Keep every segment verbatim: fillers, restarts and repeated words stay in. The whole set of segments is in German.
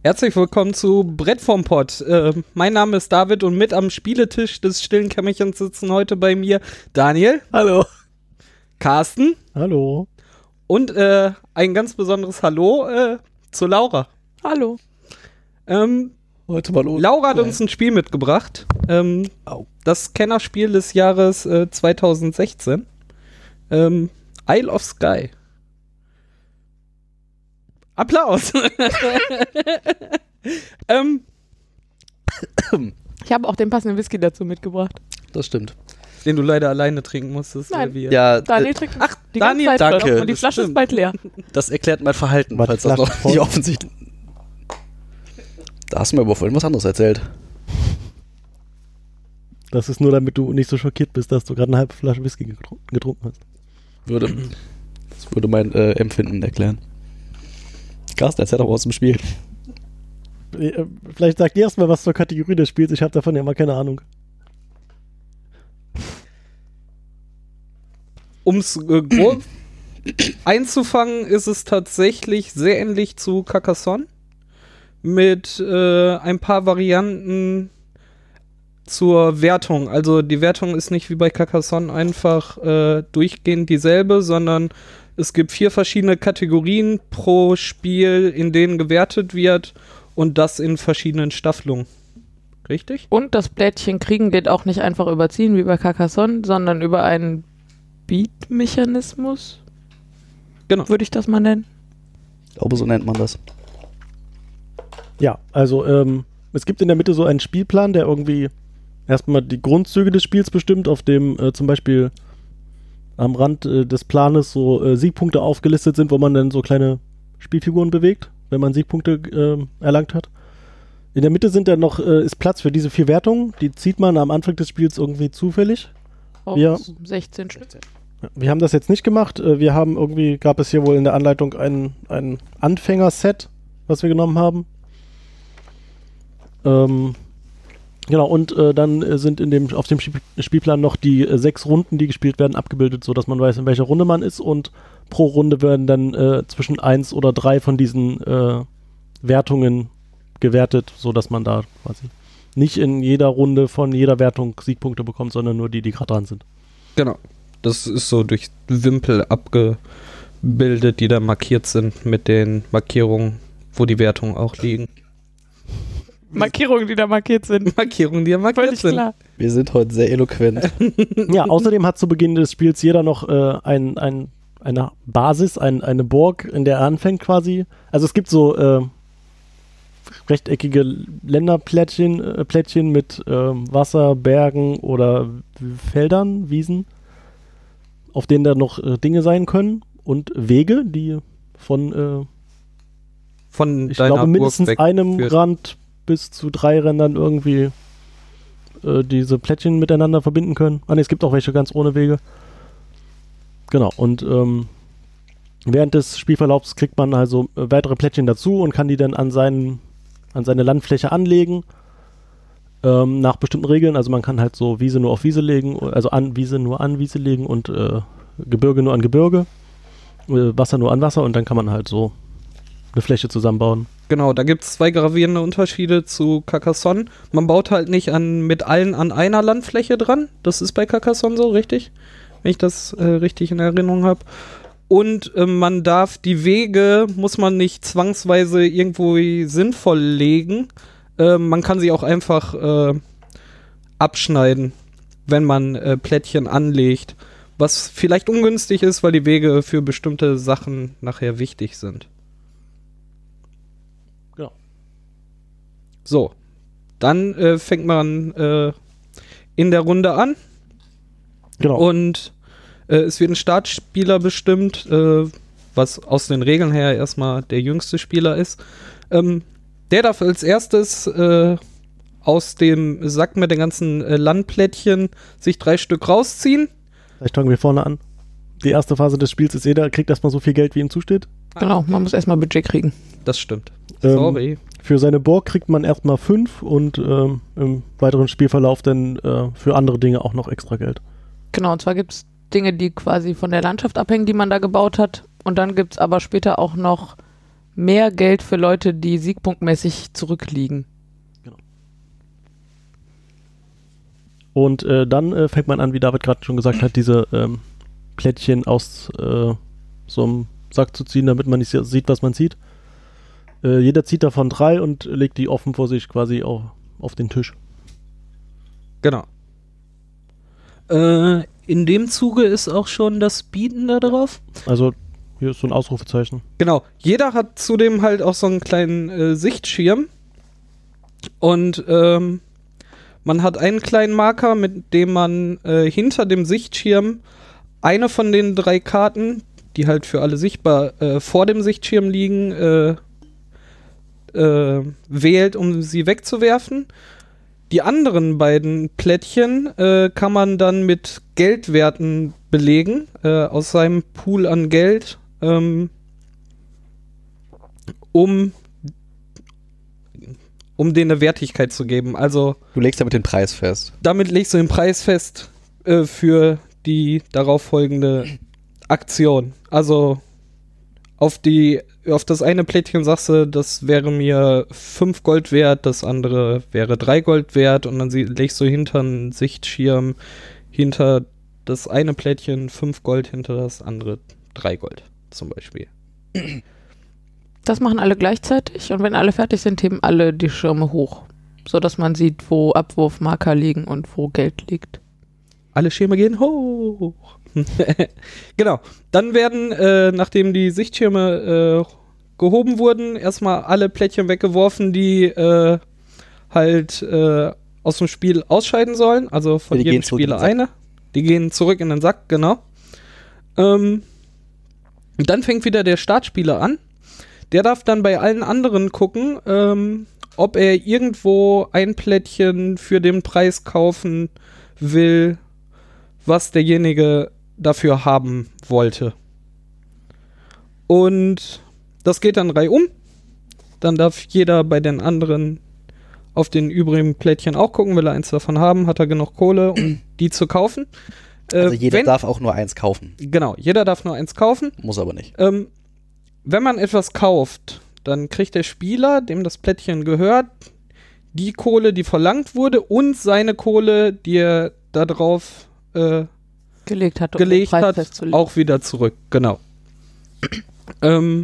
Herzlich willkommen zu Brett vom Pott. Äh, mein Name ist David und mit am Spieletisch des stillen Kämmerchens sitzen heute bei mir Daniel. Hallo. Carsten. Hallo. Und äh, ein ganz besonderes Hallo äh, zu Laura. Hallo. Ähm, heute mal los. Laura hat uns ein Spiel mitgebracht. Ähm, das Kennerspiel des Jahres äh, zwanzig sechzehn. Ähm, Isle of Skye. Applaus. ähm, ich habe auch den passenden Whisky dazu mitgebracht. Das stimmt. Den du leider alleine trinken musstest. Nein. Wir Ja, Daniel trinkt Ach, die Daniel, ganze Zeit danke. noch und die Das Flasche stimmt. ist bald leer. das erklärt mein Verhalten, Was, falls das Flasche noch voll? nicht offensichtlich. Da hast du mir aber vorhin was anderes erzählt. Das ist nur, damit du nicht so schockiert bist, dass du gerade eine halbe Flasche Whisky getrun- getrunken hast. Würde, das würde mein äh, Empfinden erklären. Carsten, erzähl doch was aus dem Spiel. Äh, Vielleicht sagt ihr erstmal was zur Kategorie des Spiels. Ich habe davon ja mal keine Ahnung. Um es äh, grob einzufangen, ist es tatsächlich sehr ähnlich zu Carcassonne. Mit äh, ein paar Varianten zur Wertung. Also die Wertung ist nicht wie bei Carcassonne einfach äh, durchgehend dieselbe, sondern es gibt vier verschiedene Kategorien pro Spiel, in denen gewertet wird und das in verschiedenen Staffelungen. Richtig? Und das Blättchen kriegen geht auch nicht einfach überziehen wie bei Carcassonne, sondern über einen Beat-Mechanismus. Genau. Würde ich das mal nennen? Ich glaube, so nennt man das. Ja, also ähm, es gibt in der Mitte so einen Spielplan, der irgendwie erstmal die Grundzüge des Spiels bestimmt, auf dem äh, zum Beispiel am Rand äh, des Planes so äh, Siegpunkte aufgelistet sind, wo man dann so kleine Spielfiguren bewegt, wenn man Siegpunkte äh, erlangt hat. In der Mitte sind dann noch, äh, ist Platz für diese vier Wertungen, die zieht man am Anfang des Spiels irgendwie zufällig. Auf Ja. sechzehn Stück. Ja, wir haben das jetzt nicht gemacht. Äh, Wir haben irgendwie, gab es hier wohl in der Anleitung ein, ein Anfängerset, was wir genommen haben. Ähm, genau, und äh, dann äh, sind in dem, auf dem Sp- Spielplan noch die äh, sechs Runden, die gespielt werden, abgebildet, sodass man weiß, in welcher Runde man ist. Und pro Runde werden dann äh, zwischen eins oder drei von diesen äh, Wertungen gewertet, sodass man da quasi nicht in jeder Runde von jeder Wertung Siegpunkte bekommt, sondern nur die, die gerade dran sind. Genau. Das ist so durch Wimpel abgebildet, die da markiert sind mit den Markierungen, wo die Wertungen auch liegen. Markierungen, die da markiert sind. Markierungen, die da markiert Völlig sind. klar. Wir sind heute sehr eloquent. Ja, außerdem hat zu Beginn des Spiels jeder noch äh, ein, ein, eine Basis, ein, eine Burg, in der er anfängt quasi. Also es gibt so äh, rechteckige Länderplättchen äh, Plättchen mit äh, Wasser, Bergen oder Feldern, Wiesen, auf denen da noch äh, Dinge sein können und Wege, die von, äh, Von ich deiner glaube, mindestens Burg einem wegführt. Rand bis zu drei Rändern irgendwie äh, diese Plättchen miteinander verbinden können. Ah ne, es gibt auch welche ganz ohne Wege. Genau, und ähm, während des Spielverlaufs kriegt man also äh, weitere Plättchen dazu und kann die dann an, seinen, an seine Landfläche anlegen. Ähm, nach bestimmten Regeln, also man kann halt so Wiese nur auf Wiese legen, also an Wiese nur an Wiese legen und äh, Gebirge nur an Gebirge, äh, Wasser nur an Wasser und dann kann man halt so eine Fläche zusammenbauen. Genau, da gibt es zwei gravierende Unterschiede zu Carcassonne. Man baut halt nicht an, mit allen an einer Landfläche dran. Das ist bei Carcassonne so, richtig? Wenn ich das äh, richtig in Erinnerung habe. Und äh, man darf die Wege, muss man nicht zwangsweise irgendwo sinnvoll legen. Äh, man kann sie auch einfach äh, abschneiden, wenn man äh, Plättchen anlegt. Was vielleicht ungünstig ist, weil die Wege für bestimmte Sachen nachher wichtig sind. Genau. So, dann äh, fängt man äh, in der Runde an. Genau. Und äh, es wird ein Startspieler bestimmt, äh, was aus den Regeln her erstmal der jüngste Spieler ist. Ähm, der darf als erstes äh, aus dem Sack mit den ganzen äh, Landplättchen sich drei Stück rausziehen. Vielleicht fangen wir vorne an. Die erste Phase des Spiels ist, jeder kriegt erstmal so viel Geld, wie ihm zusteht. Genau, man muss erstmal Budget kriegen. Das stimmt. Ähm, Sorry. Für seine Burg kriegt man erstmal fünf und ähm, im weiteren Spielverlauf dann äh, für andere Dinge auch noch extra Geld. Genau, und zwar gibt es Dinge, die quasi von der Landschaft abhängen, die man da gebaut hat. Und dann gibt es aber später auch noch mehr Geld für Leute, die siegpunktmäßig zurückliegen. Und äh, dann äh, fängt man an, wie David gerade schon gesagt hat, diese ähm, Plättchen aus äh, so einem Sack zu ziehen, damit man nicht sieht, was man sieht. Äh, jeder zieht davon drei und legt die offen vor sich quasi auch auf den Tisch. Genau. Äh, in dem Zuge ist auch schon das Bieten da drauf. Also hier ist so ein Ausrufezeichen. Genau. Jeder hat zudem halt auch so einen kleinen äh, Sichtschirm. Und ähm, man hat einen kleinen Marker, mit dem man äh, hinter dem Sichtschirm eine von den drei Karten, die halt für alle sichtbar äh, vor dem Sichtschirm liegen, äh, äh, wählt, um sie wegzuwerfen. Die anderen beiden Plättchen äh, kann man dann mit Geldwerten belegen, äh, aus seinem Pool an Geld, ähm, um um denen eine Wertigkeit zu geben. Also Du legst damit den Preis fest. damit legst du den Preis fest äh, für die darauf folgende Aktion. Also auf die auf das eine Plättchen sagst du, das wäre mir fünf Gold wert, das andere wäre drei Gold wert und dann sie, legst du hinter einen Sichtschirm hinter das eine Plättchen fünf Gold, hinter das andere drei Gold zum Beispiel. Das machen alle gleichzeitig und wenn alle fertig sind, heben alle die Schirme hoch, sodass man sieht, wo Abwurfmarker liegen und wo Geld liegt. Alle Schirme gehen hoch. Genau. Dann werden, äh, nachdem die Sichtschirme äh, gehoben wurden, erstmal alle Plättchen weggeworfen, die äh, halt äh, aus dem Spiel ausscheiden sollen. Also von Die jedem gehen zurück in Spieler den Sack. eine. Die gehen zurück in den Sack, genau. Ähm, und dann fängt wieder der Startspieler an. Der darf dann bei allen anderen gucken, ähm, ob er irgendwo ein Plättchen für den Preis kaufen will, was derjenige dafür haben wollte. Und das geht dann reihum. Dann darf jeder bei den anderen auf den übrigen Plättchen auch gucken, will er eins davon haben, hat er genug Kohle, um die zu kaufen. Äh, Also jeder wenn, darf auch nur eins kaufen. Genau, jeder darf nur eins kaufen. Muss aber nicht. Ähm, wenn man etwas kauft, dann kriegt der Spieler, dem das Plättchen gehört, die Kohle, die verlangt wurde und seine Kohle, die er da drauf äh, Gelegt hat, um gelegt den Preis hat, festzulegen. auch wieder zurück. Genau. ähm,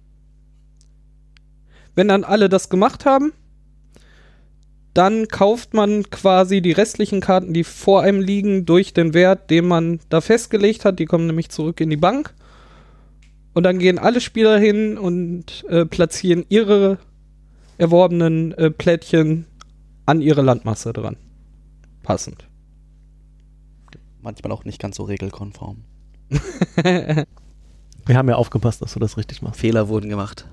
wenn dann alle das gemacht haben, dann kauft man quasi die restlichen Karten, die vor einem liegen, durch den Wert, den man da festgelegt hat. Die kommen nämlich zurück in die Bank. Und dann gehen alle Spieler hin und äh, platzieren ihre erworbenen äh, Plättchen an ihre Landmasse dran. Passend. Manchmal auch nicht ganz so regelkonform. Wir haben ja aufgepasst, dass du das richtig machst. Fehler wurden gemacht.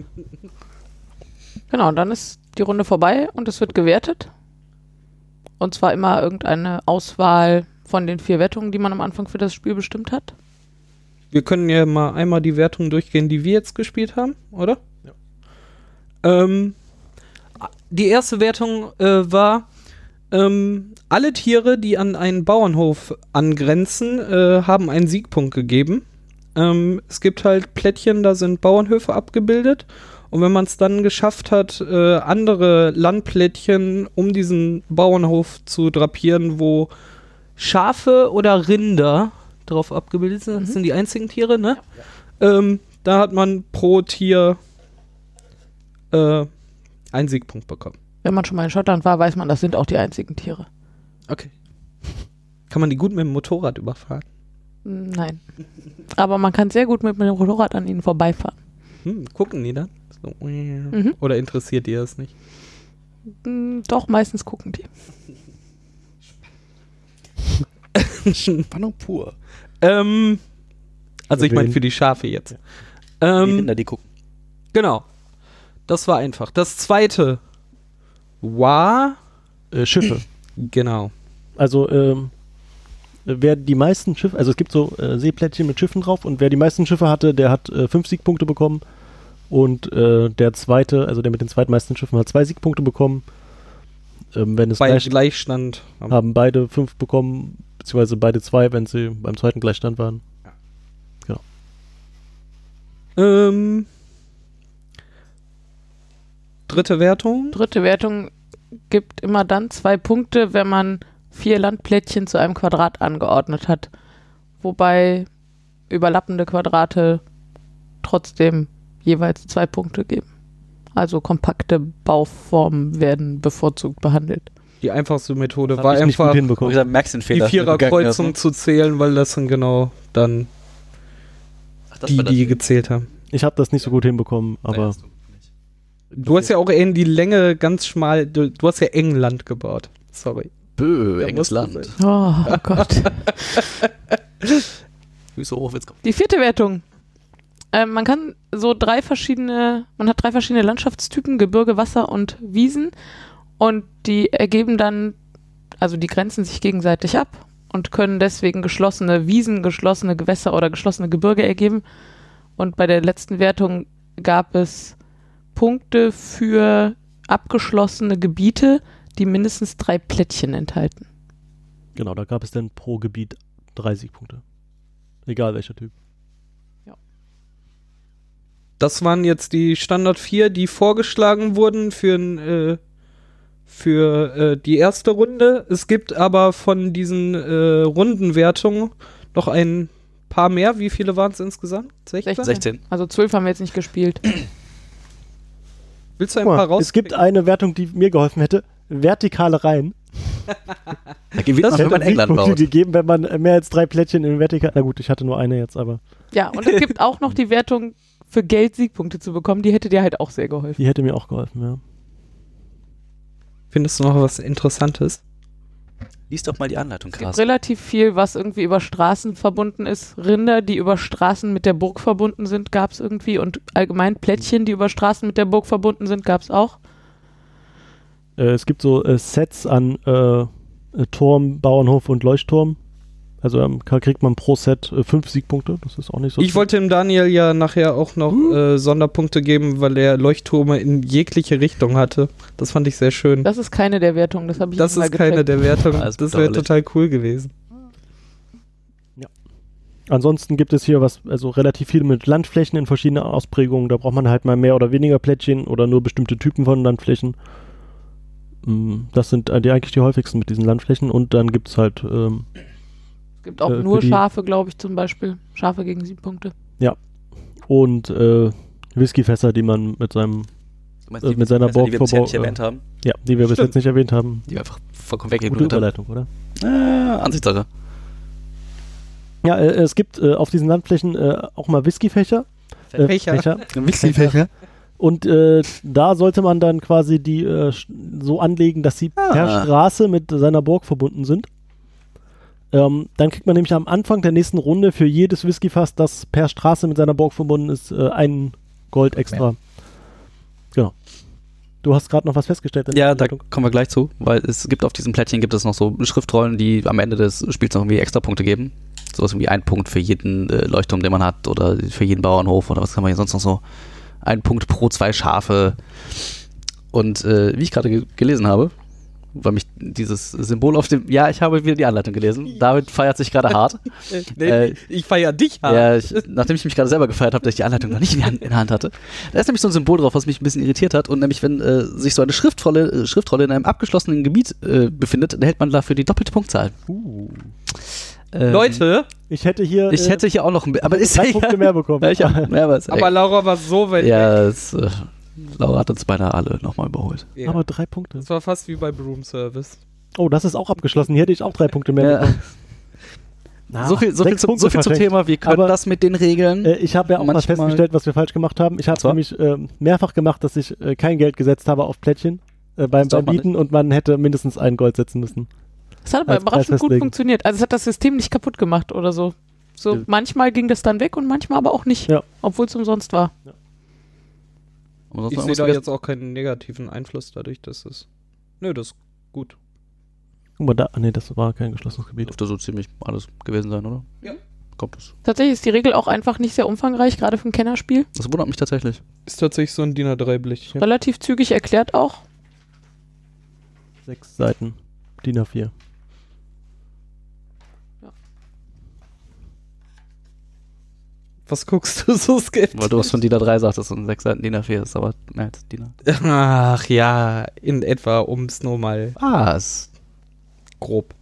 Genau, und dann ist die Runde vorbei und es wird gewertet. Und zwar immer irgendeine Auswahl von den vier Wertungen, die man am Anfang für das Spiel bestimmt hat. Wir können ja mal einmal die Wertungen durchgehen, die wir jetzt gespielt haben, oder? Ja. Ähm, die erste Wertung äh, war, ähm, alle Tiere, die an einen Bauernhof angrenzen, äh, haben einen Siegpunkt gegeben. Ähm, es gibt halt Plättchen, da sind Bauernhöfe abgebildet. Und wenn man es dann geschafft hat, äh, andere Landplättchen um diesen Bauernhof zu drapieren, wo Schafe oder Rinder drauf abgebildet sind, das Mhm. sind die einzigen Tiere, ne? Ähm, da hat man pro Tier äh, einen Siegpunkt bekommen. Wenn man schon mal in Schottland war, weiß man, das sind auch die einzigen Tiere. Okay. Kann man die gut mit dem Motorrad überfahren? Mm, Nein. Aber man kann sehr gut mit dem Motorrad an ihnen vorbeifahren. Hm, gucken die dann? So, Mhm. Oder interessiert ihr das nicht? Mm, Doch, meistens gucken die. Spannung pur. ähm, also Für ich meine wen? für die Schafe jetzt. Die Ähm, Rinder, die gucken. genau. Das war einfach. Das zweite war, Äh, Schiffe. genau. Also, ähm, wer die meisten Schiffe, also es gibt so äh, Seeplättchen mit Schiffen drauf und wer die meisten Schiffe hatte, der hat äh, fünf Siegpunkte bekommen und äh, der zweite, also der mit den zweitmeisten Schiffen hat zwei Siegpunkte bekommen. Ähm, wenn es Bei gleich Gleichstand. haben beide fünf bekommen, beziehungsweise beide zwei, wenn sie beim zweiten Gleichstand waren. Ähm, Dritte Wertung. Dritte Wertung gibt immer dann zwei Punkte, wenn man vier Landplättchen zu einem Quadrat angeordnet hat. Wobei überlappende Quadrate trotzdem jeweils zwei Punkte geben. Also kompakte Bauformen werden bevorzugt behandelt. Die einfachste Methode Hab war ich nicht gut einfach, hinbekommen. Ich sag, merkst den die Fehler. Viererkreuzung zu zählen, weil das dann genau dann Ach, das die, war das. die gezählt haben. Ich habe das nicht so gut hinbekommen, Nee, aber hast du nicht. Du hast ja auch in die Länge ganz schmal, du, du hast ja England gebaut. Sorry. Bö, Da enges musst du Land. sein. Oh, oh Gott. Wie so hoch wird's kommen. Die vierte Wertung. Ähm, man kann so drei verschiedene, man hat drei verschiedene Landschaftstypen, Gebirge, Wasser und Wiesen. Und die ergeben dann, also die grenzen sich gegenseitig ab und können deswegen geschlossene Wiesen, geschlossene Gewässer oder geschlossene Gebirge ergeben. Und bei der letzten Wertung gab es Punkte für abgeschlossene Gebiete, die mindestens drei Plättchen enthalten. genau, da gab es dann pro Gebiet dreißig Punkte. Egal welcher Typ. Das waren jetzt die Standard vier, die vorgeschlagen wurden für, n, äh, für äh, die erste Runde. Es gibt aber von diesen äh, Rundenwertungen noch ein paar mehr. Wie viele waren es insgesamt? sechzehn? sechzehn. Also zwölf haben wir jetzt nicht gespielt. Willst du ein Guck paar mal, raus? es gibt eine Wertung, die mir geholfen hätte. Vertikale Reihen. Da gewinnt Das man, wenn man Hätte England Siegpunkte baut. gegeben, wenn man äh, mehr als drei Plättchen in vertikal. Na gut, ich hatte nur eine jetzt, aber Ja, und es gibt auch noch die Wertung für Geld Siegpunkte zu bekommen. Die hätte dir halt auch sehr geholfen. die hätte mir auch geholfen, ja. Findest du noch was Interessantes? Lies doch mal die Anleitung, Es gibt krass. relativ viel, was irgendwie über Straßen verbunden ist. Rinder, die über Straßen mit der Burg verbunden sind, gab es irgendwie. Und allgemein Plättchen, die über Straßen mit der Burg verbunden sind, gab es auch. Äh, es gibt so äh, Sets an äh, äh, Turm, Bauernhof und Leuchtturm. Also ähm, ka- kriegt man pro Set äh, fünf Siegpunkte. Das ist auch nicht so Ich viel. wollte dem Daniel ja nachher auch noch äh, Sonderpunkte geben, weil er Leuchttürme in jegliche Richtung hatte. Das fand ich sehr schön. Das ist keine der Wertungen, das habe ich Das mal ist keine gecheckt. der Wertungen. Ah, ist Das wäre bedauerlich. total cool gewesen. Ansonsten gibt es hier was, also relativ viel mit Landflächen in verschiedenen Ausprägungen. Da braucht man halt mal mehr oder weniger Plättchen oder nur bestimmte Typen von Landflächen. Mm, Das sind äh, die, eigentlich die häufigsten mit diesen Landflächen. Und dann gibt es halt, ähm, Es gibt auch äh, nur für die- Schafe, glaube ich, zum Beispiel. Schafe gegen sieben Punkte. und äh, Whiskyfässer, die man mit seinem, Du meinst, äh, mit seiner die wir bisher Burg nicht erwähnt haben, ja, die wir bis Stimmt. jetzt nicht erwähnt haben. die wir einfach vollkommen Gute weggegeben haben. Überleitung, oder? Äh, Ansichtssache. Ja, äh, es gibt äh, auf diesen Landflächen äh, auch mal Whiskyfächer. Äh, Fächer. Fächer. Whiskyfächer. Und äh, da sollte man dann quasi die äh, sch- so anlegen, dass sie Ah. per Straße mit seiner Burg verbunden sind. Ähm, dann kriegt man nämlich am Anfang der nächsten Runde für jedes Whiskyfass, das per Straße mit seiner Burg verbunden ist, äh, ein Gold extra. Genau. Du hast gerade noch was festgestellt. in der Ja, da Anleitung. kommen wir gleich zu, weil es gibt auf diesem Plättchen gibt es noch so Schriftrollen, die am Ende des Spiels noch irgendwie extra Punkte geben. Sowas wie ein Punkt für jeden äh, Leuchtturm, den man hat oder für jeden Bauernhof oder was kann man hier sonst noch so. Ein Punkt pro zwei Schafe. Und äh, wie ich gerade ge gelesen habe, weil mich dieses Symbol auf dem, ja, ich habe wieder die Anleitung gelesen, David feiert sich gerade hart. Nee, Äh, ich feier dich hart. Ja, ich, nachdem ich mich gerade selber gefeiert habe, dass ich die Anleitung noch nicht in, die Hand, in der Hand hatte. Da ist nämlich so ein Symbol drauf, was mich ein bisschen irritiert hat. Und nämlich, wenn äh, sich so eine Schriftrolle, äh, Schriftrolle in einem abgeschlossenen Gebiet äh, befindet, dann erhält man dafür die doppelte Punktzahl. Uh. Ähm, Leute, Ich hätte hier ich äh, hätte hier auch noch ein bisschen, aber ist drei ja Punkte mehr bekommen. Ja, ich hab, ja, aber ist aber Laura war so weit ja, es, äh, Laura hat uns beinahe alle nochmal überholt. weg. Ja. Aber drei Punkte. Das war fast wie bei Broom Service. Oh, das ist auch abgeschlossen. Hier hätte ich auch drei Punkte mehr Ja. bekommen. Na, so viel, so viel, sechs zum, Punkte so viel zum verschenkt. Thema, wir können Aber, das mit den Regeln. Äh, ich habe ja auch mal Manchmal- festgestellt, was wir falsch gemacht haben. Ich habe zwar? nämlich ähm, mehrfach gemacht, dass ich äh, kein Geld gesetzt habe auf Plättchen äh, beim, Das darf beim man Bieten und man hätte mindestens ein Gold setzen müssen. Das hat aber Als überraschend Preis gut festlegen. funktioniert. Also es hat das System nicht kaputt gemacht oder so. So Ja. manchmal ging das dann weg und manchmal aber auch nicht. Ja. Obwohl es umsonst war. Aber sonst Ich noch sehe was da vergessen? jetzt auch keinen negativen Einfluss dadurch, dass es. Nö, das ist gut. Guck mal da, ah, nee, das war kein geschlossenes Gebiet. Dürfte so ziemlich alles gewesen sein, oder? Ja. Kommt es. Tatsächlich ist die Regel auch einfach nicht sehr umfangreich, gerade für ein Kennerspiel. Das wundert mich tatsächlich. Ist tatsächlich so ein D I N A drei Blech. Relativ zügig erklärt auch. Sechs Seiten, D I N A vier. Was guckst du so skeptisch? Weil du was von D I N A drei sagtest und sechs Seiten D I N A vier ist aber mehr als D I N Ach ja, in etwa, um es nur mal A. Ah, ist grob.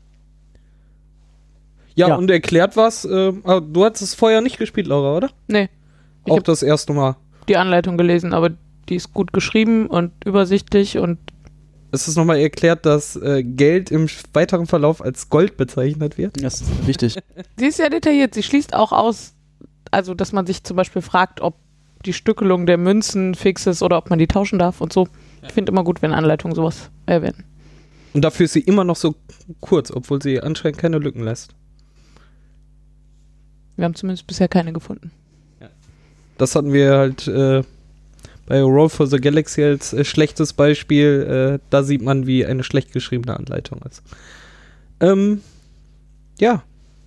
Ja, Ja. und erklärt was. Äh, aber du hattest es vorher nicht gespielt, Laura, oder? Nee, Ich Auch hab- das erste Mal. die Anleitung gelesen, aber die ist gut geschrieben und übersichtlich und Es ist nochmal erklärt, dass äh, Geld im weiteren Verlauf als Gold bezeichnet wird. das ist wichtig. sie ist sehr detailliert. Sie schließt auch aus, also dass man sich zum Beispiel fragt, ob die Stückelung der Münzen fix ist oder ob man die tauschen darf und so. Ich finde immer gut, wenn Anleitungen sowas erwähnen. Und dafür ist sie immer noch so kurz, obwohl sie anscheinend keine Lücken lässt. Wir haben zumindest bisher keine gefunden. Das hatten wir halt äh, bei Roll for the Galaxy als äh, schlechtes Beispiel. Äh, da sieht man, wie eine schlecht geschriebene Anleitung ist. Ähm, ja.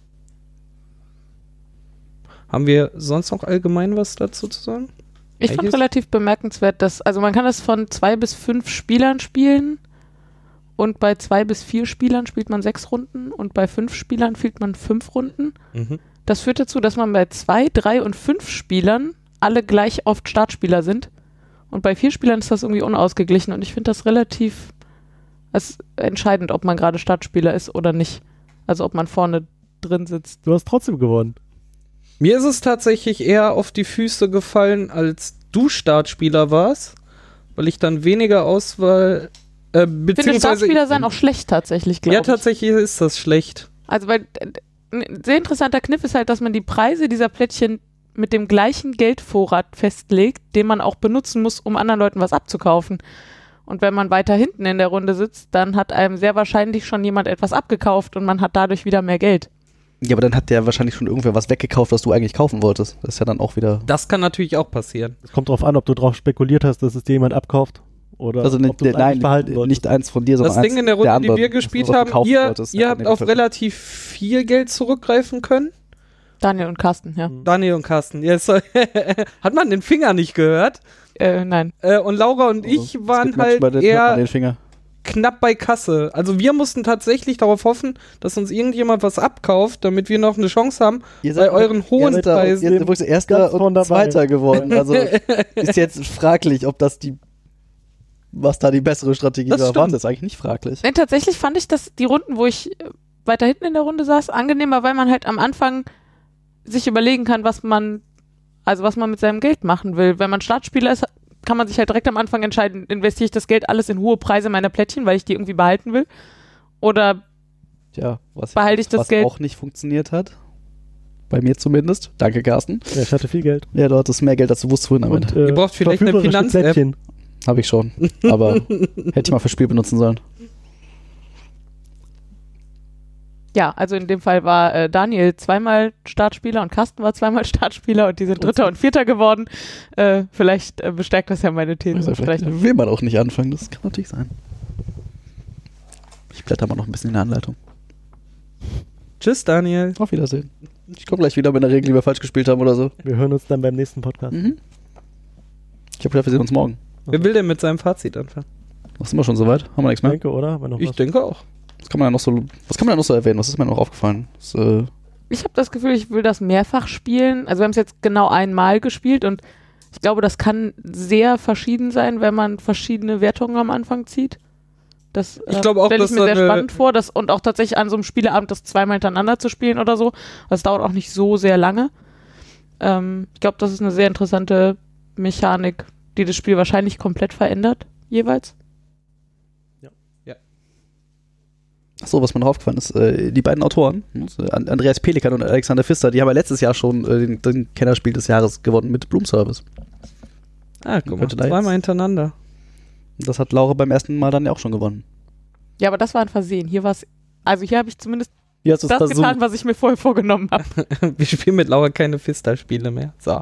Haben wir sonst noch allgemein was dazu zu sagen? Ich fand Welches? relativ bemerkenswert, dass, also man kann das von zwei bis fünf Spielern spielen und bei zwei bis vier Spielern spielt man sechs Runden und bei fünf Spielern spielt man fünf Runden. Mhm. Das führt dazu, dass man bei zwei, drei und fünf Spielern alle gleich oft Startspieler sind. Und bei vier Spielern ist das irgendwie unausgeglichen. Und ich finde das relativ als entscheidend, ob man gerade Startspieler ist oder nicht. Also ob man vorne drin sitzt. Du hast trotzdem gewonnen. Mir ist es tatsächlich eher auf die Füße gefallen, als du Startspieler warst, weil ich dann weniger Auswahl, äh, Ich finde beziehungsweise... Startspieler sein auch schlecht tatsächlich, glaube Ja, ich. tatsächlich ist das schlecht. Also weil äh, ein sehr interessanter Kniff ist halt, dass man die Preise dieser Plättchen mit dem gleichen Geldvorrat festlegt, den man auch benutzen muss, um anderen Leuten was abzukaufen. Und wenn man weiter hinten in der Runde sitzt, dann hat einem sehr wahrscheinlich schon jemand etwas abgekauft und man hat dadurch wieder mehr Geld. Ja, aber dann hat der wahrscheinlich schon irgendwer was weggekauft, was du eigentlich kaufen wolltest. Das ist ja dann auch wieder. Das kann natürlich auch passieren. Es kommt darauf an, ob du drauf spekuliert hast, dass es dir jemand abkauft oder Also ob nicht, du es nein, eigentlich behalten wolltest. nicht eins von dir, sondern Das eins Ding in der Runde, die anderen, wir gespielt was du haben, kaufen ihr, wolltest. ihr Ja, habt nee, auf das- relativ viel Geld zurückgreifen können. Daniel und Carsten, ja. Daniel und Carsten. Yes. Hat man den Finger nicht gehört? Äh, nein. Äh, und Laura und ich Es waren gibt halt manchmal, da hört man eher den Finger. knapp bei Kasse. Also wir mussten tatsächlich darauf hoffen, dass uns irgendjemand was abkauft, damit wir noch eine Chance haben, Ihr bei euren hohen Erster, Preisen. ihr seid wirklich Ganz Erster vorn und dabei. Zweiter geworden. Also ist jetzt fraglich, ob das die, was da die bessere Strategie Das war. stimmt. War das eigentlich nicht fraglich. Nee, tatsächlich fand ich, dass die Runden, wo ich äh, weiter hinten in der Runde saß, angenehmer, weil man halt am Anfang sich überlegen kann, was man, also was man mit seinem Geld machen will. Wenn man Startspieler ist, kann man sich halt direkt am Anfang entscheiden, investiere ich das Geld alles in hohe Preise meiner Plättchen, weil ich die irgendwie behalten will? Oder Tja, was, Behalte ich das was Geld? auch nicht funktioniert hat. Bei mir zumindest. Danke, Carsten. Ja, ich hatte viel Geld. Ja, du hattest mehr Geld, als du wusstest vorhin damit. Und, äh, Ihr braucht vielleicht eine verführerische Finanz-App. Plättchen. Habe ich schon. Aber hätte ich mal für Spiel benutzen sollen. ja, also in dem Fall war äh, Daniel zweimal Startspieler und Carsten war zweimal Startspieler und die sind Dritter und Vierter geworden. Äh, vielleicht äh, bestärkt das ja meine These. Also vielleicht vielleicht will man auch nicht anfangen. Das kann natürlich sein. Ich blätter mal noch ein bisschen in der Anleitung. Tschüss, Daniel. Auf Wiedersehen. Ich komme gleich wieder mit einer Regel, die wir falsch gespielt haben oder so. Wir hören uns dann beim nächsten Podcast. Mhm. Ich habe gedacht, wir sehen uns morgen. Wer will denn mit seinem Fazit anfangen? Was sind wir schon soweit? Haben wir nichts mehr? Danke, oder? Wenn noch Ich was. denke auch. Was kann man da noch so, was kann man da noch so erwähnen? Was ist mir noch aufgefallen? Das, äh, Ich habe das Gefühl, ich will das mehrfach spielen. Also wir haben es jetzt genau einmal gespielt und ich glaube, das kann sehr verschieden sein, wenn man verschiedene Wertungen am Anfang zieht. Das Ich glaube auch, stelle ich dass mir sehr da eine- spannend vor, das, und auch tatsächlich an so einem Spieleabend das zweimal hintereinander zu spielen oder so. Das dauert auch nicht so sehr lange. Ähm, ich glaube, das ist eine sehr interessante Mechanik, die das Spiel wahrscheinlich komplett verändert, jeweils. Achso, was mir noch aufgefallen ist, äh, die beiden Autoren, also An- Andreas Pelikan und Alexander Pfister, die haben ja letztes Jahr schon äh, den, den Kennerspiel des Jahres gewonnen mit Bloom Service. Ah, guck mal, Könnte da jetzt- zweimal hintereinander. Und das hat Laura beim ersten Mal dann ja auch schon gewonnen. Ja, aber das war ein Versehen. Hier war es, also hier habe ich zumindest Wie hast du es das versucht? getan, was ich mir vorher vorgenommen habe. Wir spielen mit Laura keine Fista-Spiele mehr. So.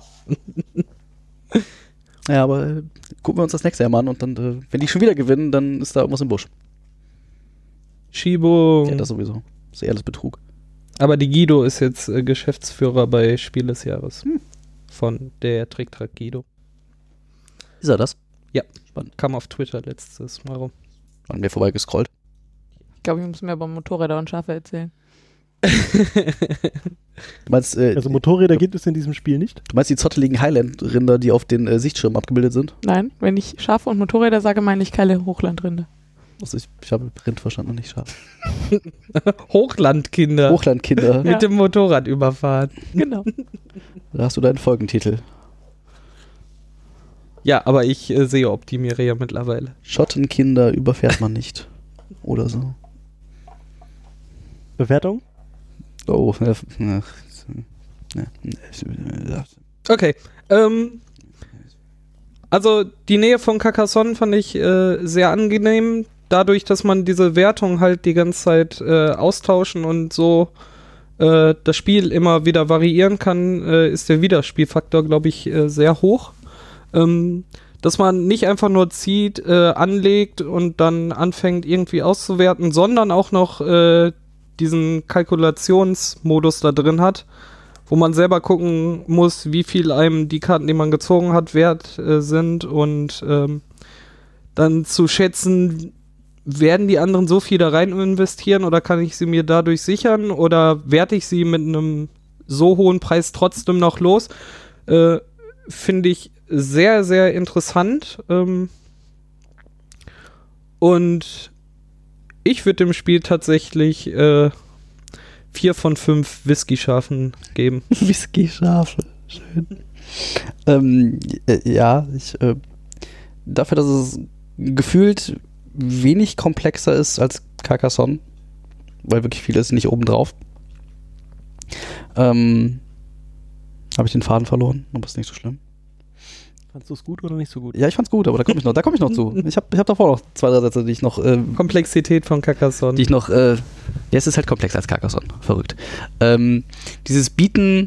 Ja, aber äh, gucken wir uns das nächste Jahr mal an und dann, äh, wenn die schon wieder gewinnen, dann ist da irgendwas im Busch. Schiebung. Ja, das sowieso. Das ist eher alles Betrug. Aber die Guido ist jetzt äh, Geschäftsführer bei Spiel des Jahres. Hm. Von der Tricktrack Guido. Ist er das? Kam auf Twitter letztes Mal rum. An mir vorbei gescrollt. Ich glaube, ich muss mehr über Motorräder und Schafe erzählen. Du meinst, äh, Also Motorräder gibt es in diesem Spiel nicht. du meinst die zotteligen Highland-Rinder, die auf den äh, Sichtschirmen abgebildet sind? Nein, wenn ich Schafe und Motorräder sage, meine ich keine Hochlandrinde. Also ich, ich habe Rind verstanden und nicht Schaf. Hochlandkinder. Hochlandkinder. Ja. Mit dem Motorrad überfahren. Genau. Da hast du deinen Folgentitel. Ja, aber ich äh, sehe optimiere ja mittlerweile. Schottenkinder überfährt man nicht. Oder so. Bewertung? Oh, ja, ja, ja. Okay. Ähm, also die Nähe von Carcassonne fand ich äh, sehr angenehm. Dadurch, dass man diese Wertung halt die ganze Zeit äh, austauschen und so äh, das Spiel immer wieder variieren kann, äh, ist der Wiederspielfaktor, glaube ich, äh, sehr hoch. Ähm, dass man nicht einfach nur zieht, äh, anlegt und dann anfängt irgendwie auszuwerten, sondern auch noch äh, diesen Kalkulationsmodus da drin hat, wo man selber gucken muss, wie viel einem die Karten, die man gezogen hat, wert äh, sind und ähm, dann zu schätzen, werden die anderen so viel da rein investieren oder kann ich sie mir dadurch sichern oder werte ich sie mit einem so hohen Preis trotzdem noch los? Äh, finde ich sehr, sehr interessant. Ähm, und ich würde dem Spiel tatsächlich äh, vier von fünf Whisky-Schafen geben. Whisky-Schafe, schön. ähm, äh, ja, ich, äh, dafür, dass es gefühlt wenig komplexer ist als Carcassonne, weil wirklich viel ist nicht obendrauf, ähm, habe ich den Faden verloren, aber ist nicht so schlimm. Fandst du es gut oder nicht so gut? Ja, ich fand's gut, aber da komme ich noch, da komme ich noch zu. Ich habe ich hab davor noch zwei, drei Sätze, die ich noch ähm, Komplexität von Carcassonne. die ich noch, äh, ja, es ist halt komplexer als Carcassonne, verrückt. Ähm, dieses Bieten,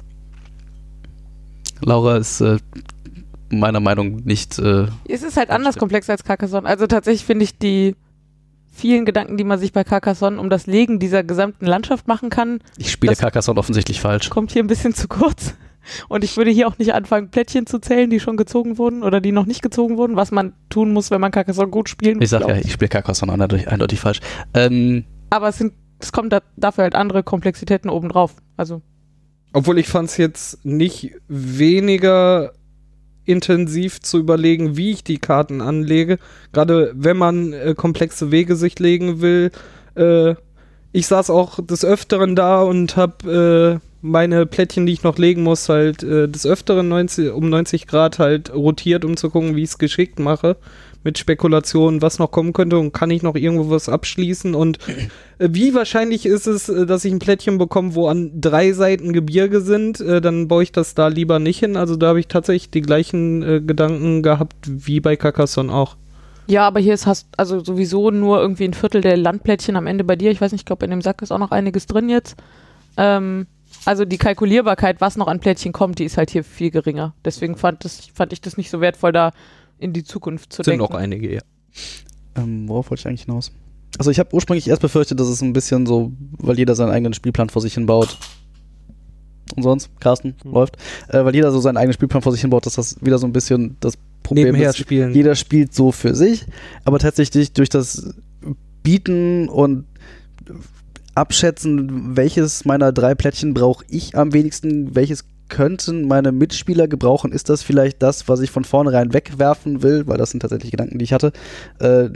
Laura, ist äh, meiner Meinung nicht. Äh, Es ist halt anders komplex als Carcassonne. Also tatsächlich finde ich die vielen Gedanken, die man sich bei Carcassonne um das Legen dieser gesamten Landschaft machen kann, ich spiele Das- Carcassonne offensichtlich falsch. kommt hier ein bisschen zu kurz. Und ich würde hier auch nicht anfangen, Plättchen zu zählen, die schon gezogen wurden oder die noch nicht gezogen wurden, was man tun muss, wenn man Carcassonne gut spielen Ich sag glaub. ja, ich spiele Carcassonne eindeutig, eindeutig falsch. Ähm, Aber es sind, es kommen da, dafür halt andere Komplexitäten obendrauf. Also Obwohl ich fand es jetzt nicht weniger intensiv zu überlegen, wie ich die Karten anlege. Gerade wenn man äh, komplexe Wege sich legen will. Äh, ich saß auch des Öfteren da und habe äh, meine Plättchen, die ich noch legen muss, halt äh, des Öfteren neunzig, um neunzig Grad halt rotiert, um zu gucken, wie ich es geschickt mache. Mit Spekulationen, was noch kommen könnte und kann ich noch irgendwo was abschließen und äh, wie wahrscheinlich ist es, äh, dass ich ein Plättchen bekomme, wo an drei Seiten Gebirge sind, äh, dann baue ich das da lieber nicht hin. Also da habe ich tatsächlich die gleichen äh, Gedanken gehabt wie bei Carcassonne auch. ja, aber hier ist hast also sowieso nur irgendwie ein Viertel der Landplättchen am Ende bei dir. Ich weiß nicht, ich glaube in dem Sack ist auch noch einiges drin jetzt. Ähm, also die Kalkulierbarkeit, was noch an Plättchen kommt, die ist halt hier viel geringer. Deswegen fand, das, fand ich das nicht so wertvoll, da in die Zukunft zu Sind denken. noch einige, ja. ähm, worauf wollte ich eigentlich hinaus? Also ich habe ursprünglich erst befürchtet, dass es ein bisschen so, weil jeder seinen eigenen Spielplan vor sich hin baut. Und sonst, Carsten, Hm. läuft. Äh, weil jeder so seinen eigenen Spielplan vor sich hin baut, dass das wieder so ein bisschen das Problem Nebenher ist. spielen. Jeder spielt so für sich, aber tatsächlich durch das Bieten und Abschätzen, welches meiner drei Plättchen brauche ich am wenigsten, welches könnten meine Mitspieler gebrauchen, ist das vielleicht das, was ich von vornherein wegwerfen will, weil das sind tatsächlich Gedanken, die ich hatte, äh,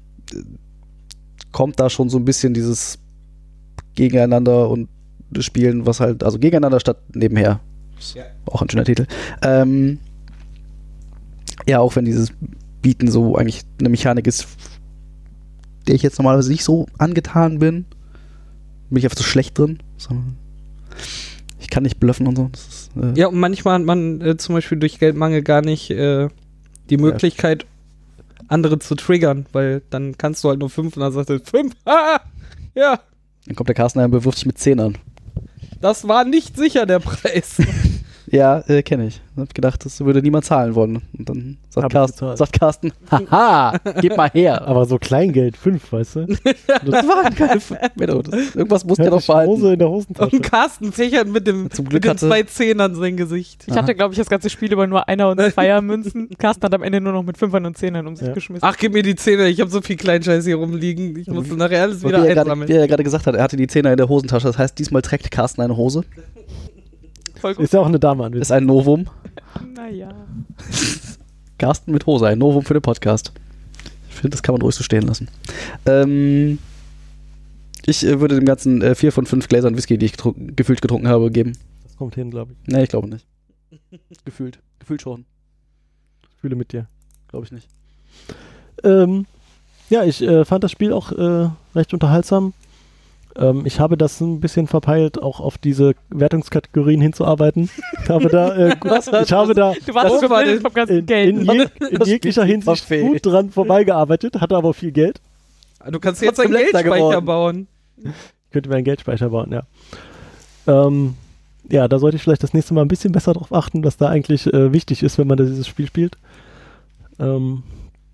kommt da schon so ein bisschen dieses Gegeneinander und Spielen, was halt, also gegeneinander statt nebenher. Ja. Auch ein schöner Titel. Ähm, ja, auch wenn dieses Bieten so eigentlich eine Mechanik ist, der ich jetzt normalerweise nicht so angetan bin, bin ich einfach so schlecht drin. Ich kann nicht bluffen und so. Das ist, äh Ja, und manchmal hat man äh, zum Beispiel durch Geldmangel gar nicht äh, die Möglichkeit, andere zu triggern, weil dann kannst du halt nur fünf und dann sagst du fünf. Ah, ja, Dann kommt der Carsten ein und bewirft dich mit zehn an. das war nicht sicher der Preis. Ja, äh, kenne ich. Ich hab gedacht, das würde niemand zahlen wollen. Und dann sagt, Hab ich Carsten, gezahlt. sagt Carsten, haha, gib mal her. Aber so Kleingeld, fünf, weißt du? Das war keine Menno, das- Irgendwas musst du ja Hätte doch ich Hose behalten. in der Und Hosentasche. Carsten fächert mit, dem, Zum mit Glück den hatte- zwei Zehnern sein Gesicht. Ich hatte, glaube ich, das ganze Spiel über nur Einer- und Zweiermünzen. Carsten hat am Ende nur noch mit Fünfern und Zehnern um sich Ja. geschmissen. Ach, gib mir die Zehner, ich habe so viel Kleinscheiß hier rumliegen. Ich muss nachher alles Wie wieder er, gerade, einsammeln. wie er gerade gesagt hat, er hatte die Zehner in der Hosentasche. Das heißt, diesmal trägt Carsten eine Hose. Voll gut. Ist ja auch eine Dame Ist anwesend. ein Novum. Naja. Carsten mit Hose, ein Novum für den Podcast. Ich finde, das kann man ruhig so stehen lassen. Ähm, ich äh, würde dem Ganzen äh, vier von fünf Gläsern Whisky, die ich getrunken, gefühlt getrunken habe, geben. Das kommt hin, glaube ich. Nee, ich glaube nicht. Gefühlt. Gefühlt schon. Ich fühle mit dir. Glaube ich nicht. Ähm, ja, ich äh, fand das Spiel auch äh, recht unterhaltsam. Ähm, ich habe das ein bisschen verpeilt, auch auf diese Wertungskategorien hinzuarbeiten. Ich habe da, äh, gut, ich habe da Du warst Das so war gebildet den- vom ganzen in, Geld. in, je, in Das jeglicher Spiel Hinsicht verfehlt. gut dran vorbeigearbeitet, hatte aber viel Geld. Du kannst jetzt Trotzdem einen letzter Geldspeicher geworden. bauen. Ich könnte mir einen Geldspeicher bauen, ja. Ähm, ja, da sollte ich vielleicht das nächste Mal ein bisschen besser drauf achten, was da eigentlich äh, wichtig ist, wenn man da dieses Spiel spielt. Ähm,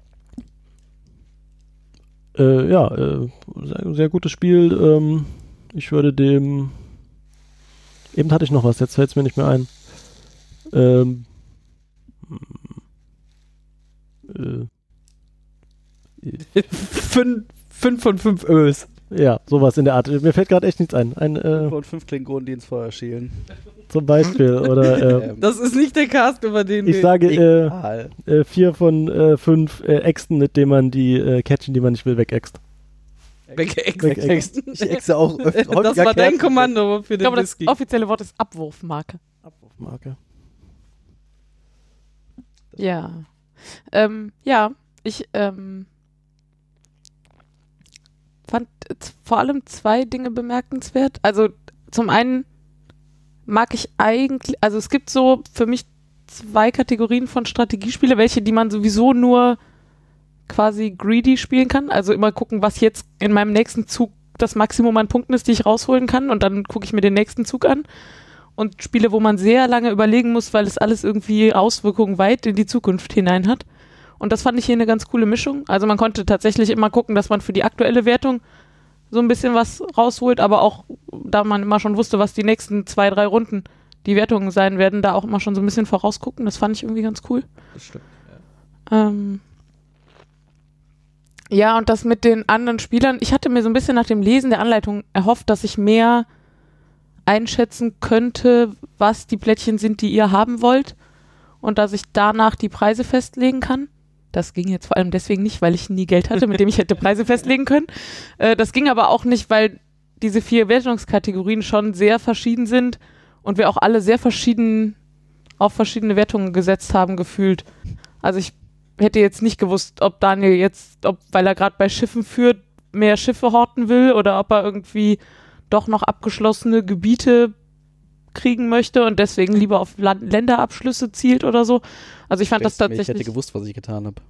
äh, ja, äh, sehr, sehr gutes Spiel. Ähm, ich würde dem. Eben hatte ich noch was, jetzt fällt es mir nicht mehr ein. Ähm, äh, fünf, fünf von fünf Ös. ja, sowas in der Art. Mir fällt gerade echt nichts ein. ein äh, Und fünf Klingonen, die ins Feuer schielen. zum Beispiel. Oder äh, Ähm, Das ist nicht der Cast, über den ich wir- sage äh, egal. äh, vier von äh, fünf äh, Äxten, mit denen man die äh, Catchen, die man nicht will, wegäxt. Wegext. Wegext. Ich exe auch öfter. Das häufiger war dein Kerzen. Kommando für Ich den glaube, das Whisky. offizielle Wort ist Abwurfmarke. Abwurfmarke. Ja. Ähm, ja, ich ähm, fand z- vor allem zwei Dinge bemerkenswert. Also zum einen mag ich eigentlich, also es gibt so für mich zwei Kategorien von Strategiespiele, welche, die man sowieso nur quasi greedy spielen kann. Also immer gucken, was jetzt in meinem nächsten Zug das Maximum an Punkten ist, die ich rausholen kann, und dann gucke ich mir den nächsten Zug an. Und Spiele, wo man sehr lange überlegen muss, weil es alles irgendwie Auswirkungen weit in die Zukunft hinein hat. Und das fand ich hier eine ganz coole Mischung. Also man konnte tatsächlich immer gucken, dass man für die aktuelle Wertung so ein bisschen was rausholt, aber auch, da man immer schon wusste, was die nächsten zwei, drei Runden die Wertungen sein werden, da auch immer schon so ein bisschen vorausgucken. Das fand ich irgendwie ganz cool. Das stimmt. Ähm ja, und das mit den anderen Spielern. Ich hatte mir so ein bisschen nach dem Lesen der Anleitung erhofft, dass ich mehr einschätzen könnte, was die Plättchen sind, die ihr haben wollt, und dass ich danach die Preise festlegen kann. Das ging jetzt vor allem deswegen nicht, weil ich nie Geld hatte, mit dem ich hätte Preise festlegen können. Äh, das ging aber auch nicht, weil diese vier Wertungskategorien schon sehr verschieden sind und wir auch alle sehr verschieden auf verschiedene Wertungen gesetzt haben, gefühlt. Also ich hätte jetzt nicht gewusst, ob Daniel jetzt, ob, weil er gerade bei Schiffen führt, mehr Schiffe horten will oder ob er irgendwie doch noch abgeschlossene Gebiete kriegen möchte und deswegen lieber auf Land- Länderabschlüsse zielt oder so. Also ich fand das Denkst du mir, Ich tatsächlich, hätte gewusst, was ich getan habe.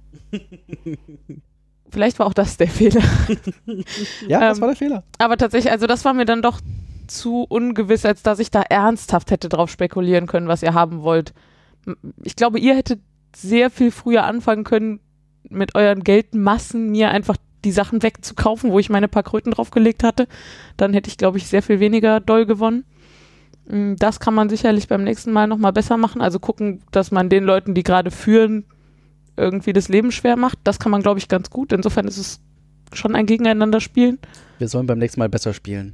vielleicht war auch das der Fehler. Ja, das Ähm, war der Fehler. Aber tatsächlich, also das war mir dann doch zu ungewiss, als dass ich da ernsthaft hätte drauf spekulieren können, was ihr haben wollt. M- Ich glaube, ihr hättet sehr viel früher anfangen können, mit euren Geldmassen mir einfach die Sachen wegzukaufen, wo ich meine paar Kröten draufgelegt hatte. Dann hätte ich, glaube ich, sehr viel weniger doll gewonnen. Mm, Das kann man sicherlich beim nächsten Mal nochmal besser machen. Also gucken, dass man den Leuten, die gerade führen, irgendwie das Leben schwer macht. Das kann man, glaube ich, ganz gut. Insofern ist es schon ein Gegeneinander-Spielen. Wir sollen beim nächsten Mal besser spielen.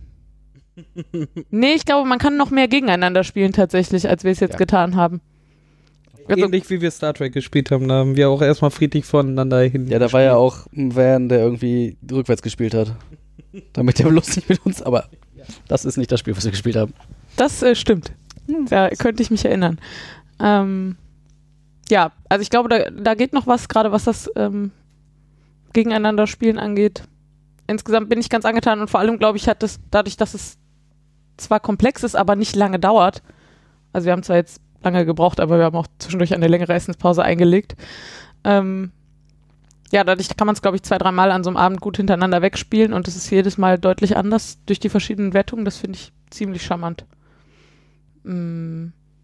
Nee, ich glaube, man kann noch mehr gegeneinander spielen tatsächlich, als wir es jetzt Ja. getan haben. Also, Ähnlich wie wir Star Trek gespielt haben, da haben wir auch erstmal friedlich voneinander hin. Ja, da war ja auch ein Van, der irgendwie rückwärts gespielt hat. Damit der bloß nicht mit uns, aber das ist nicht das Spiel, was wir gespielt haben. das äh, stimmt. Da könnte ich mich erinnern. Ähm, ja, also ich glaube, da, da geht noch was, gerade was das ähm, Gegeneinander-Spielen angeht. Insgesamt bin ich ganz angetan und vor allem, glaube ich, hat es dadurch, dass es zwar komplex ist, aber nicht lange dauert. Also wir haben zwar jetzt lange gebraucht, aber wir haben auch zwischendurch eine längere Essenspause eingelegt. Ähm, ja, dadurch kann man es, glaube ich, zwei, dreimal an so einem Abend gut hintereinander wegspielen und es ist jedes Mal deutlich anders durch die verschiedenen Wertungen. Das finde ich ziemlich charmant. Mm,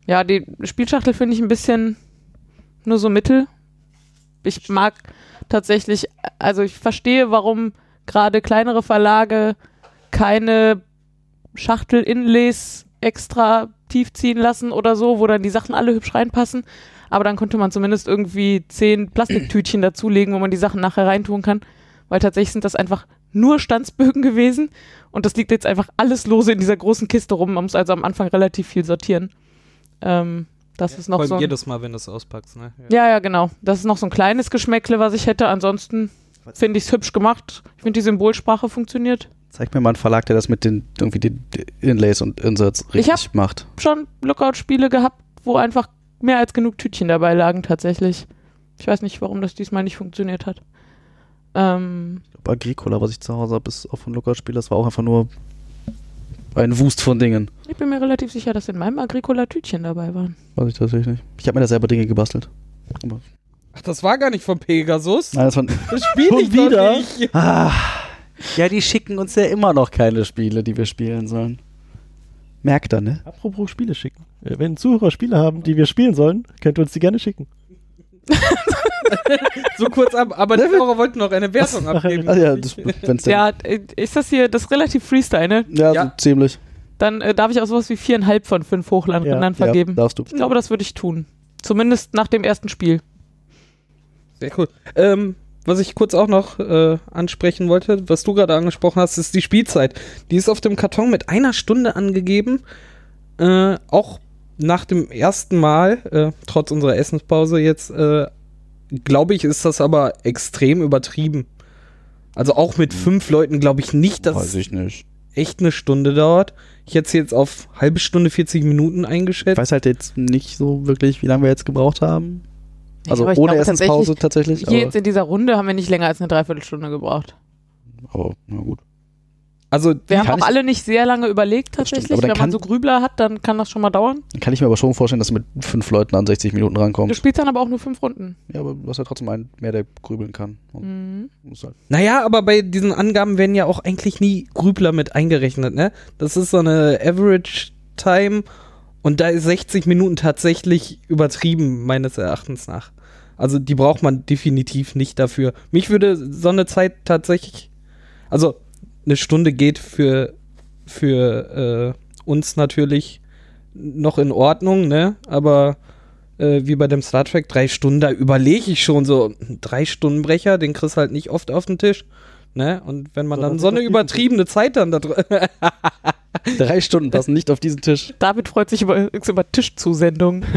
Ja, die Spielschachtel finde ich ein bisschen nur so mittel. Ich mag tatsächlich, also ich verstehe, warum gerade kleinere Verlage keine Schachtel-Inlays extra tief ziehen lassen oder so, wo dann die Sachen alle hübsch reinpassen. Aber dann konnte man zumindest irgendwie zehn Plastiktütchen dazulegen, wo man die Sachen nachher reintun kann. Weil tatsächlich sind das einfach nur Stanzbögen gewesen und das liegt jetzt einfach alles lose in dieser großen Kiste rum. Man muss also am Anfang relativ viel sortieren. Ähm, das ja, ist noch so. Ein, jedes Mal, wenn du es auspackst, ne? Ja. ja, ja, genau. Das ist noch so ein kleines Geschmäckle, was ich hätte. Ansonsten finde ich es hübsch gemacht. Ich finde, die Symbolsprache funktioniert. Zeig mir mal einen Verlag, der das mit den irgendwie den Inlays und Inserts richtig ich macht. Ich habe schon Lookout-Spiele gehabt, wo einfach mehr als genug Tütchen dabei lagen tatsächlich. Ich weiß nicht, warum das diesmal nicht funktioniert hat. Ähm, ich glaube, Agricola, was ich zu Hause habe, ist auch von Lookout-Spiel, das war auch einfach nur ein Wust von Dingen. Ich bin mir relativ sicher, dass in meinem Agricola Tütchen dabei waren. Weiß ich tatsächlich nicht. Ich habe mir da selber Dinge gebastelt. Aber Ach, das war gar nicht von Pegasus? Nein, das war das Spiel ich wieder. Nicht. Ah, ja, die schicken uns ja immer noch keine Spiele, die wir spielen sollen. Merkt ihr, ne? Apropos Spiele schicken. Wenn Zuhörer Spiele haben, die wir spielen sollen, könnt ihr uns die gerne schicken. So kurz ab, aber der Hörer wollte noch eine Wertung abgeben. Ah, ja, das, wenn's denn ja, ist das hier, das ist relativ Freestyle, ne? Ja, ja. So ziemlich. Dann äh, darf ich auch sowas wie viereinhalb von fünf Hochlandrindern ja. vergeben. Ja, darfst du. Ich glaube, das würde ich tun. Zumindest nach dem ersten Spiel. Sehr cool. Ähm, was ich kurz auch noch äh, ansprechen wollte, was du gerade angesprochen hast, ist die Spielzeit. Die ist auf dem Karton mit einer Stunde angegeben. Äh, auch nach dem ersten Mal, äh, trotz unserer Essenspause jetzt, äh, glaube ich, ist das aber extrem übertrieben. Also auch mit fünf Leuten glaube ich nicht, dass Weiß ich nicht. echt eine Stunde dauert. Ich hätte es jetzt auf halbe Stunde, vierzig Minuten eingeschätzt. Ich weiß halt jetzt nicht so wirklich, wie lange wir jetzt gebraucht haben. Also Ja, ohne glaube, Essenspause tatsächlich. Hier jetzt in dieser Runde haben wir nicht länger als eine Dreiviertelstunde gebraucht. Aber na gut. Also Wir haben kann auch ich- alle nicht sehr lange überlegt tatsächlich. Stimmt, aber dann Wenn man kann- so Grübler hat, dann kann das schon mal dauern. Dann kann ich mir aber schon vorstellen, dass du mit fünf Leuten an sechzig Minuten Du rankommst. spielst dann aber auch nur fünf Runden. Ja, aber du hast ja trotzdem einen mehr, der grübeln kann. Und Mhm. muss halt Naja, aber bei diesen Angaben werden ja auch eigentlich nie Grübler mit eingerechnet, ne? Das ist so eine Average Time und da ist sechzig Minuten tatsächlich übertrieben, meines Erachtens nach. Also die braucht man definitiv nicht dafür. Mich würde so eine Zeit tatsächlich, also eine Stunde geht für, für äh, uns natürlich noch in Ordnung, ne? Aber äh, wie bei dem Star Trek, drei Stunden, da überlege ich schon so, ein Drei-Stunden-Brecher, den kriegst du halt nicht oft auf den Tisch. Ne? Und wenn man So, dann dann so eine ist das übertriebene Zeit dann da drin. drei Stunden passen nicht auf diesen Tisch. David freut sich über, über Tischzusendungen.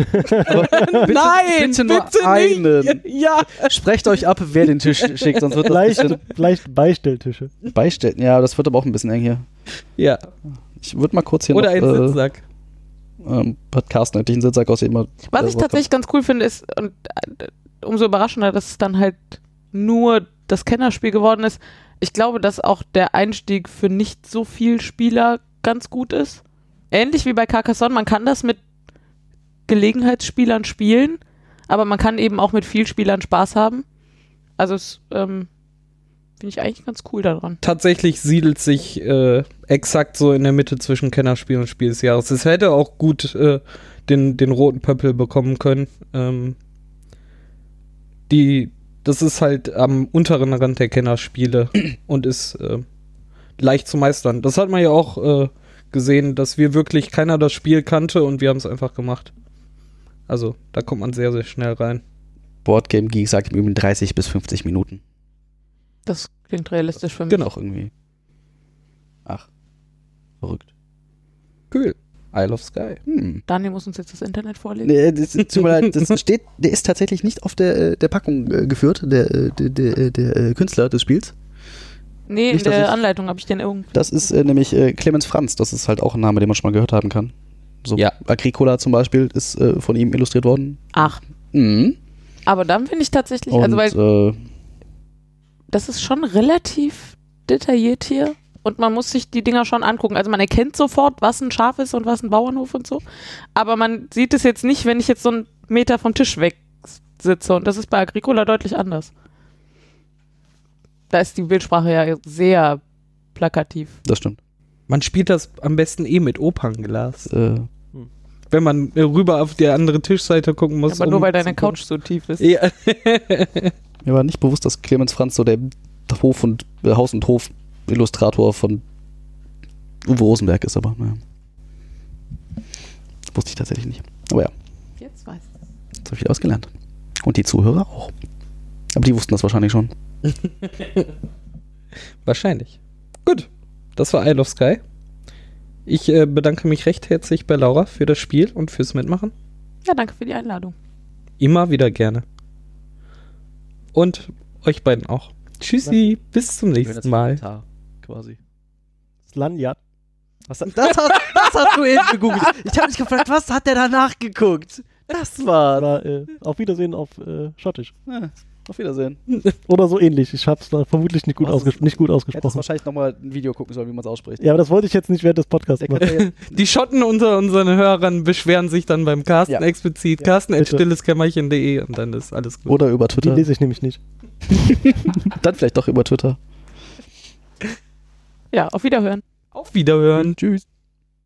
Nein, bitte nur bitte einen. nicht. Ja. Sprecht euch ab, wer den Tisch schickt, sonst wird das Leicht, bestimmt leicht Beistelltische. beistellen. Ja, das wird aber auch ein bisschen eng hier. Ja. Ich würde mal kurz hier Oder ein noch, äh, Sitzsack. ähm, hat Carsten eigentlich einen Sitzsack aus immer. Was ich tatsächlich ganz cool finde, ist, und äh, umso überraschender, dass es dann halt nur das Kennerspiel geworden ist. Ich glaube, dass auch der Einstieg für nicht so viel Spieler ganz gut ist. Ähnlich wie bei Carcassonne, man kann das mit Gelegenheitsspielern spielen, aber man kann eben auch mit Vielspielern Spaß haben. Also es ähm, finde ich eigentlich ganz cool daran. Tatsächlich siedelt sich äh, exakt so in der Mitte zwischen Kennerspiel und Spiel des Jahres. Es hätte auch gut äh, den, den roten Pöppel bekommen können. Ähm, die, das ist halt am unteren Rand der Kennerspiele und ist äh, leicht zu meistern. Das hat man ja auch äh, gesehen, dass wir wirklich keiner das Spiel kannte und wir haben es einfach gemacht. Also, da kommt man sehr, sehr schnell rein. Boardgame Geek sagt im Übrigen dreißig bis fünfzig Minuten. Das klingt realistisch für mich. Genau. Auch irgendwie. Ach. Verrückt. Cool. Isle of Sky. Hm. Daniel muss uns jetzt das Internet vorlesen. Nee, das, tut mir leid, das steht, der ist tatsächlich nicht auf der, äh, der Packung äh, geführt, der, äh, der, der, der äh, Künstler des Spiels. Nee, in Nicht, dass der ich- Anleitung habe ich den irgendwo. Das ist äh, nämlich äh, Clemens Franz, das ist halt auch ein Name, den man schon mal gehört haben kann. So Ja. Agricola zum Beispiel ist äh, von ihm illustriert worden. Ach, Mhm. aber dann finde ich tatsächlich, Und also weil äh, das ist schon relativ detailliert hier und man muss sich die Dinger schon angucken. Also man erkennt sofort, was ein Schaf ist und was ein Bauernhof und so, aber man sieht es jetzt nicht, wenn ich jetzt so einen Meter vom Tisch weg sitze und das ist bei Agricola deutlich anders. Da ist die Bildsprache ja sehr plakativ. das stimmt. Man spielt das am besten eh mit Opernglas. Äh, wenn man äh, rüber auf die andere Tischseite gucken muss. Aber nur um weil deine zu gucken. Couch so tief ist. Ja. Mir war nicht bewusst, dass Clemens Franz so der Hof- und äh, Haus- und Hof-Illustrator von Uwe Rosenberg ist, aber naja. Wusste ich tatsächlich nicht. Aber ja, Jetzt weiß ich. jetzt habe ich wieder ausgelernt. Und die Zuhörer auch. Aber die wussten das wahrscheinlich schon. Wahrscheinlich. Gut, das war Isle of Sky. Ich äh, bedanke mich recht herzlich bei Laura für das Spiel und fürs Mitmachen. Ja, danke für die Einladung. Immer wieder gerne. Und euch beiden auch. Tschüssi, bis zum nächsten Mal. Quasi. Slanjat. Was, das, hast, das hast du eben gegoogelt. Ich habe mich gefragt, was hat der da nachgeguckt? Das war... Aber, äh, auf Wiedersehen auf äh, Schottisch. Ja, auf Wiedersehen. Oder so ähnlich. Ich habe es vermutlich nicht gut, Was ausges ist- nicht gut Hättest ausgesprochen. wahrscheinlich nochmal ein Video gucken sollen, wie man es ausspricht. Ja, aber das wollte ich jetzt nicht während des Podcasts Der machen. könnte ja- Die Schotten unter unseren Hörern beschweren sich dann beim Carsten Ja. explizit. Ja, Carsten at bitte. stilleskämmerchen punkt de und dann ist alles gut. Oder über Die Twitter. lese ich nämlich nicht. Dann vielleicht doch über Twitter. Ja, auf Wiederhören. Auf Wiederhören. Tschüss.